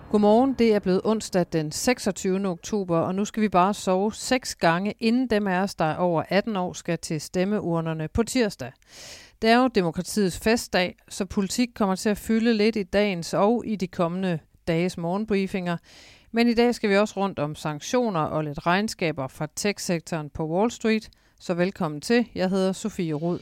Godmorgen, det er blevet onsdag den 26. oktober, og nu skal vi bare sove 6 gange, inden dem af os, der er over 18 år, skal til stemmeurnerne på tirsdag. Det er jo demokratiets festdag, så politik kommer til at fylde lidt i dagens og i de kommende dages morgenbriefinger. Men i dag skal vi også rundt om sanktioner og lidt regnskaber fra tech-sektoren på Wall Street. Så velkommen til. Jeg hedder Sofie Rud.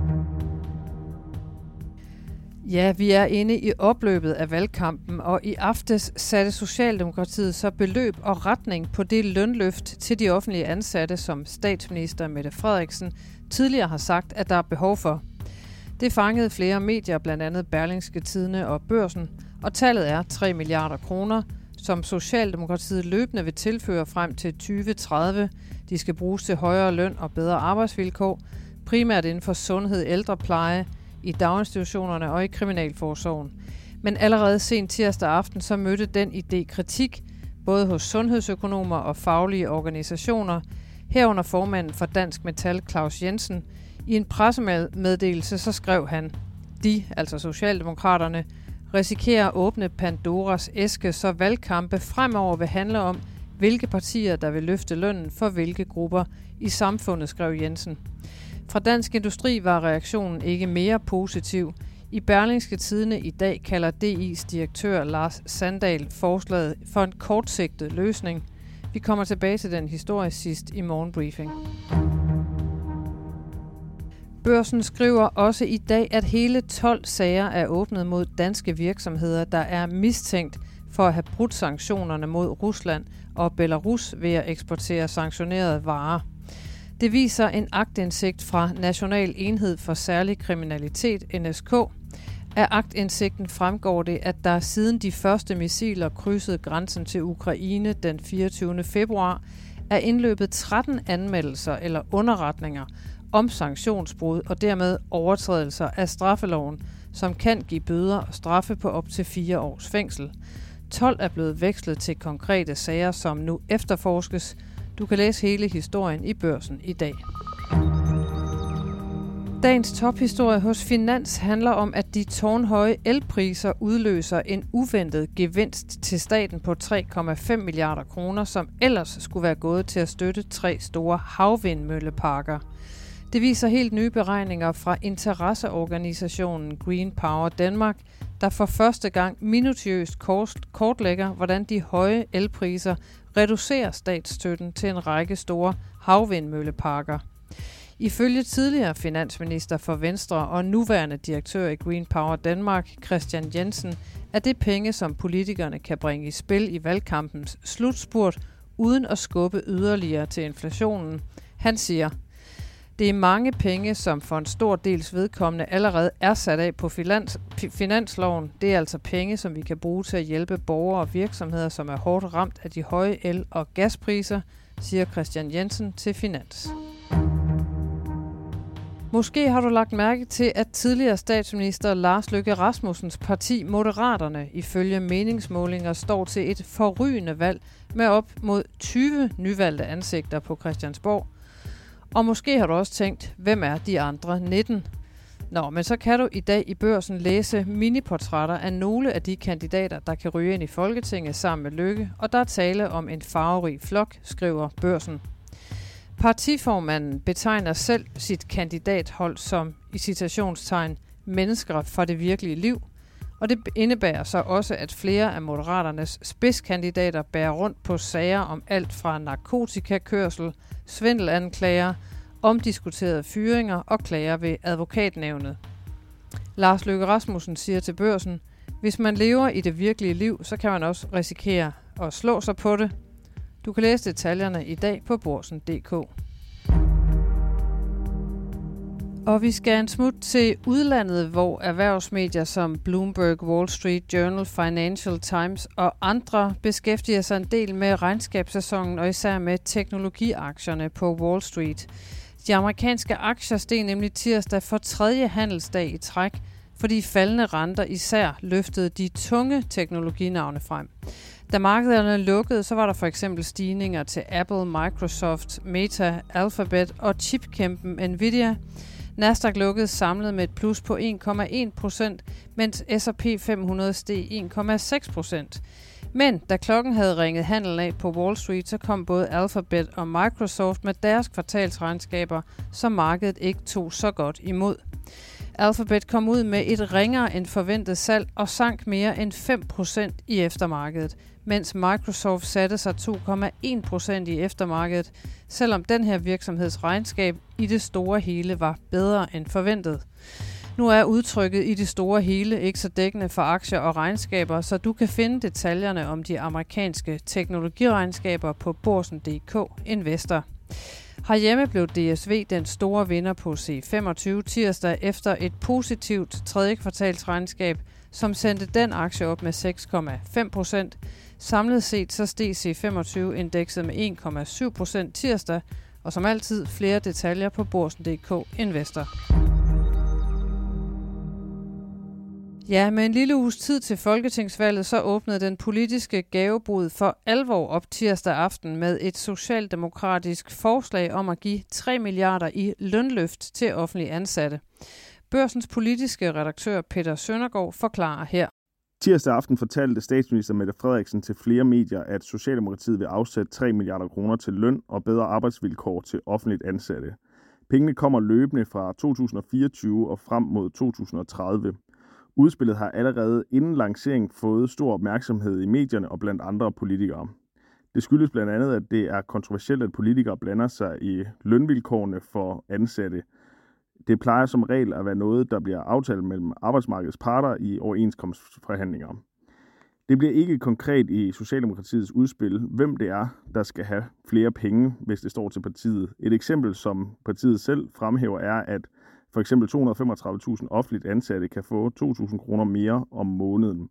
Ja, vi er inde i opløbet af valgkampen, og i aftes satte Socialdemokratiet så beløb og retning på det lønløft til de offentlige ansatte, som statsminister Mette Frederiksen tidligere har sagt, at der er behov for. Det fangede flere medier, blandt andet Berlingske Tidende og Børsen, og tallet er 3 milliarder kroner, som Socialdemokratiet løbende vil tilføre frem til 2030. De skal bruges til højere løn og bedre arbejdsvilkår, primært inden for sundhed, ældrepleje, i daginstitutionerne og i kriminalforsorgen. Men allerede sent tirsdag aften så mødte den idé kritik, både hos sundhedsøkonomer og faglige organisationer, herunder formanden for Dansk Metal Claus Jensen. I en pressemeddelelse så skrev han, de, altså Socialdemokraterne, risikerer at åbne Pandoras æske, så valgkampe fremover vil handle om, hvilke partier, der vil løfte lønnen for hvilke grupper i samfundet, skrev Jensen. Fra Dansk Industri var reaktionen ikke mere positiv. I Berlingske Tidende i dag kalder DI's direktør Lars Sandahl forslaget for en kortsigtet løsning. Vi kommer tilbage til den historie sidst i morgenbriefing. Børsen skriver også i dag, at hele 12 sager er åbnet mod danske virksomheder, der er mistænkt for at have brudt sanktionerne mod Rusland og Belarus ved at eksportere sanktionerede varer. Det viser en aktindsigt fra National Enhed for Særlig Kriminalitet, NSK. Af aktindsigten fremgår det, at der siden de første missiler krydsede grænsen til Ukraine den 24. februar, er indløbet 13 anmeldelser eller underretninger om sanktionsbrud og dermed overtrædelser af straffeloven, som kan give bøder og straffe på op til 4 års fængsel. 12 er blevet vekslet til konkrete sager, som nu efterforskes. Du kan læse hele historien i Børsen i dag. Dagens tophistorie hos Finans handler om, at de tårnhøje elpriser udløser en uventet gevinst til staten på 3,5 milliarder kroner, som ellers skulle være gået til at støtte 3 store havvindmølleparker. Det viser helt nye beregninger fra interesseorganisationen Green Power Danmark, der for første gang minutiøst kortlægger, hvordan de høje elpriser reducerer statsstøtten til en række store havvindmølleparker. Ifølge tidligere finansminister for Venstre og nuværende direktør i Green Power Danmark, Christian Jensen, er det penge, som politikerne kan bringe i spil i valgkampens slutspurt, uden at skubbe yderligere til inflationen. Han siger, det er mange penge, som for en stor dels vedkommende allerede er sat af på finansloven. Det er altså penge, som vi kan bruge til at hjælpe borgere og virksomheder, som er hårdt ramt af de høje el- og gaspriser, siger Christian Jensen til Finans. Måske har du lagt mærke til, at tidligere statsminister Lars Løkke Rasmussens parti Moderaterne ifølge meningsmålinger står til et forrygende valg med op mod 20 nyvalgte ansigter på Christiansborg. Og måske har du også tænkt, hvem er de andre 19? Men så kan du i dag i Børsen læse miniportrætter af nogle af de kandidater, der kan ryge ind i Folketinget sammen med Løkke, og der er tale om en farverig flok, skriver Børsen. Partiformanden betegner selv sit kandidathold som, i citationstegn, mennesker fra det virkelige liv, og det indebærer så også, at flere af Moderaternes spidskandidater bærer rundt på sager om alt fra narkotikakørsel, svindelanklager, omdiskuterede fyringer og klager ved advokatnævnet. Lars Løkke Rasmussen siger til Børsen, hvis man lever i det virkelige liv, så kan man også risikere at slå sig på det. Du kan læse detaljerne i dag på Børsen.dk. Og vi skal en smut til udlandet, hvor erhvervsmedier som Bloomberg, Wall Street Journal, Financial Times og andre beskæftiger sig en del med regnskabssæsonen og især med teknologiaktierne på Wall Street. De amerikanske aktier steg nemlig tirsdag for 3. handelsdag i træk, fordi faldende renter især løftede de tunge teknologinavne frem. Da markederne lukkede, så var der for eksempel stigninger til Apple, Microsoft, Meta, Alphabet og chipkæmpen Nvidia. Nasdaq lukkede samlet med et plus på 1,1%, mens S&P 500 steg 1,6%. Men da klokken havde ringet handelen af på Wall Street, så kom både Alphabet og Microsoft med deres kvartalsregnskaber, som markedet ikke tog så godt imod. Alphabet kom ud med et ringere end forventet salg og sank mere end 5% i eftermarkedet, mens Microsoft satte sig 2,1% i eftermarkedet, selvom den her virksomheds regnskab i det store hele var bedre end forventet. Nu er udtrykket i det store hele ikke så dækkende for aktier og regnskaber, så du kan finde detaljerne om de amerikanske teknologiregnskaber på Børsen.dk Investor. Herhjemme blev DSV den store vinder på C25 tirsdag efter et positivt tredje kvartalsregnskab, som sendte den aktie op med 6,5%. Samlet set så steg C25-indekset med 1,7% tirsdag, og som altid flere detaljer på Børsen.dk Investor. Ja, med en lille uges tid til folketingsvalget, så åbnede den politiske gavebod for alvor op tirsdag aften med et socialdemokratisk forslag om at give 3 milliarder i lønløft til offentlige ansatte. Børsens politiske redaktør Peter Søndergaard forklarer her. Tirsdag aften fortalte statsminister Mette Frederiksen til flere medier, at Socialdemokratiet vil afsætte 3 milliarder kroner til løn og bedre arbejdsvilkår til offentligt ansatte. Pengene kommer løbende fra 2024 og frem mod 2030. Udspillet har allerede inden lancering fået stor opmærksomhed i medierne og blandt andre politikere. Det skyldes blandt andet, at det er kontroversielt, at politikere blander sig i lønvilkårene for ansatte. Det plejer som regel at være noget, der bliver aftalt mellem arbejdsmarkedets parter i overenskomstforhandlinger. Det bliver ikke konkret i Socialdemokratiets udspil, hvem det er, der skal have flere penge, hvis det står til partiet. Et eksempel, som partiet selv fremhæver, er, at for eksempel 235.000 offentligt ansatte kan få 2.000 kroner mere om måneden.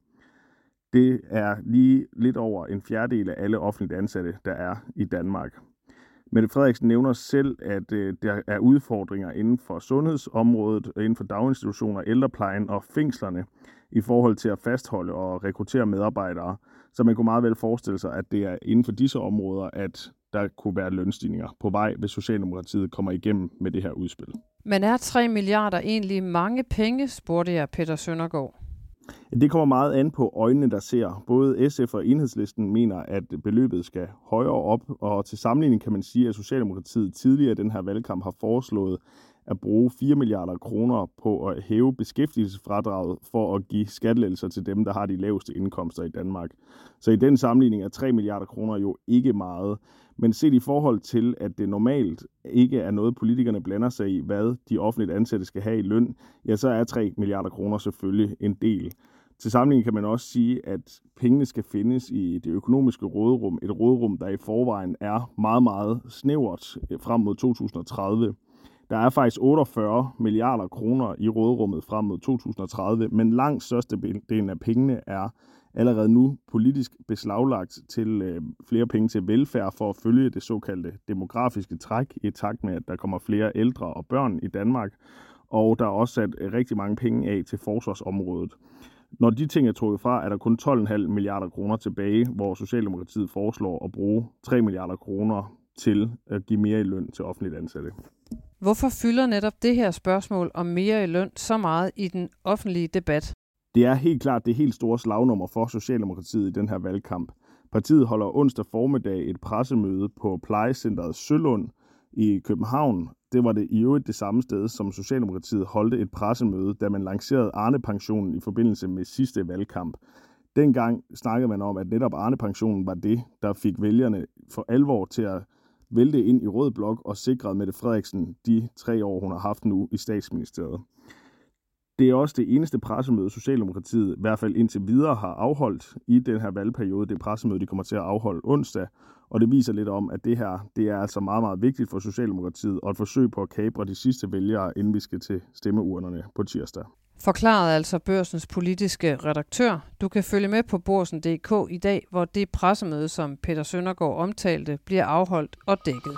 Det er lige lidt over en fjerdedel af alle offentligt ansatte, der er i Danmark. Mette Frederiksen nævner selv, at der er udfordringer inden for sundhedsområdet, inden for daginstitutioner, ældreplejen og fængslerne i forhold til at fastholde og rekruttere medarbejdere. Så man kunne meget vel forestille sig, at det er inden for disse områder, at der kunne være lønstigninger på vej, hvis Socialdemokratiet kommer igennem med det her udspil. Men er 3 milliarder egentlig mange penge, spurgte jeg Peter Søndergaard. Det kommer meget an på øjnene, der ser. Både SF og Enhedslisten mener, at beløbet skal højere op, og til sammenligning kan man sige, at Socialdemokratiet tidligere i den her valgkamp har foreslået at bruge 4 milliarder kroner på at hæve beskæftigelsesfradraget for at give skattelettelser til dem, der har de laveste indkomster i Danmark. Så i den sammenligning er 3 milliarder kroner jo ikke meget. Men set i forhold til, at det normalt ikke er noget, politikerne blander sig i, hvad de offentligt ansatte skal have i løn, ja, så er 3 milliarder kroner selvfølgelig en del. Til sammenligning kan man også sige, at pengene skal findes i det økonomiske råderum. Et råderum, der i forvejen er meget, meget snævert frem mod 2030. Der er faktisk 48 milliarder kroner i råderummet frem mod 2030, men langt størstedelen af pengene er allerede nu politisk beslaglagt til flere penge til velfærd for at følge det såkaldte demografiske træk i takt med, at der kommer flere ældre og børn i Danmark, og der er også sat rigtig mange penge af til forsvarsområdet. Når de ting er trukket fra, er der kun 12,5 milliarder kroner tilbage, hvor Socialdemokratiet foreslår at bruge 3 milliarder kroner til at give mere i løn til offentligt ansatte. Hvorfor fylder netop det her spørgsmål om mere i løn så meget i den offentlige debat? Det er helt klart det helt store slagnummer for Socialdemokratiet i den her valgkamp. Partiet holder onsdag formiddag et pressemøde på plejecentret Sølund i København. Det var det i øvrigt det samme sted, som Socialdemokratiet holdte et pressemøde, da man lancerede Arne-pensionen i forbindelse med sidste valgkamp. Dengang snakkede man om, at netop Arne-pensionen var det, der fik vælgerne for alvor til at vælte ind i rød blok og sikrede Mette Frederiksen de 3 år, hun har haft nu i statsministeriet. Det er også det eneste pressemøde, Socialdemokratiet i hvert fald indtil videre har afholdt i den her valgperiode. Det pressemøde, de kommer til at afholde onsdag, og det viser lidt om, at det her det er altså meget, meget vigtigt for Socialdemokratiet og et forsøg på at kapre de sidste vælgere, inden vi skal til stemmeurnerne på tirsdag. Forklarede altså Børsens politiske redaktør. Du kan følge med på Børsen.dk i dag, hvor det pressemøde, som Peter Søndergaard omtalte, bliver afholdt og dækket.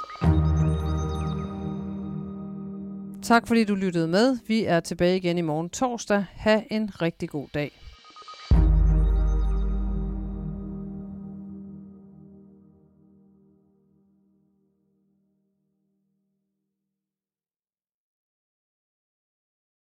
Tak fordi du lyttede med. Vi er tilbage igen i morgen torsdag. Ha' en rigtig god dag.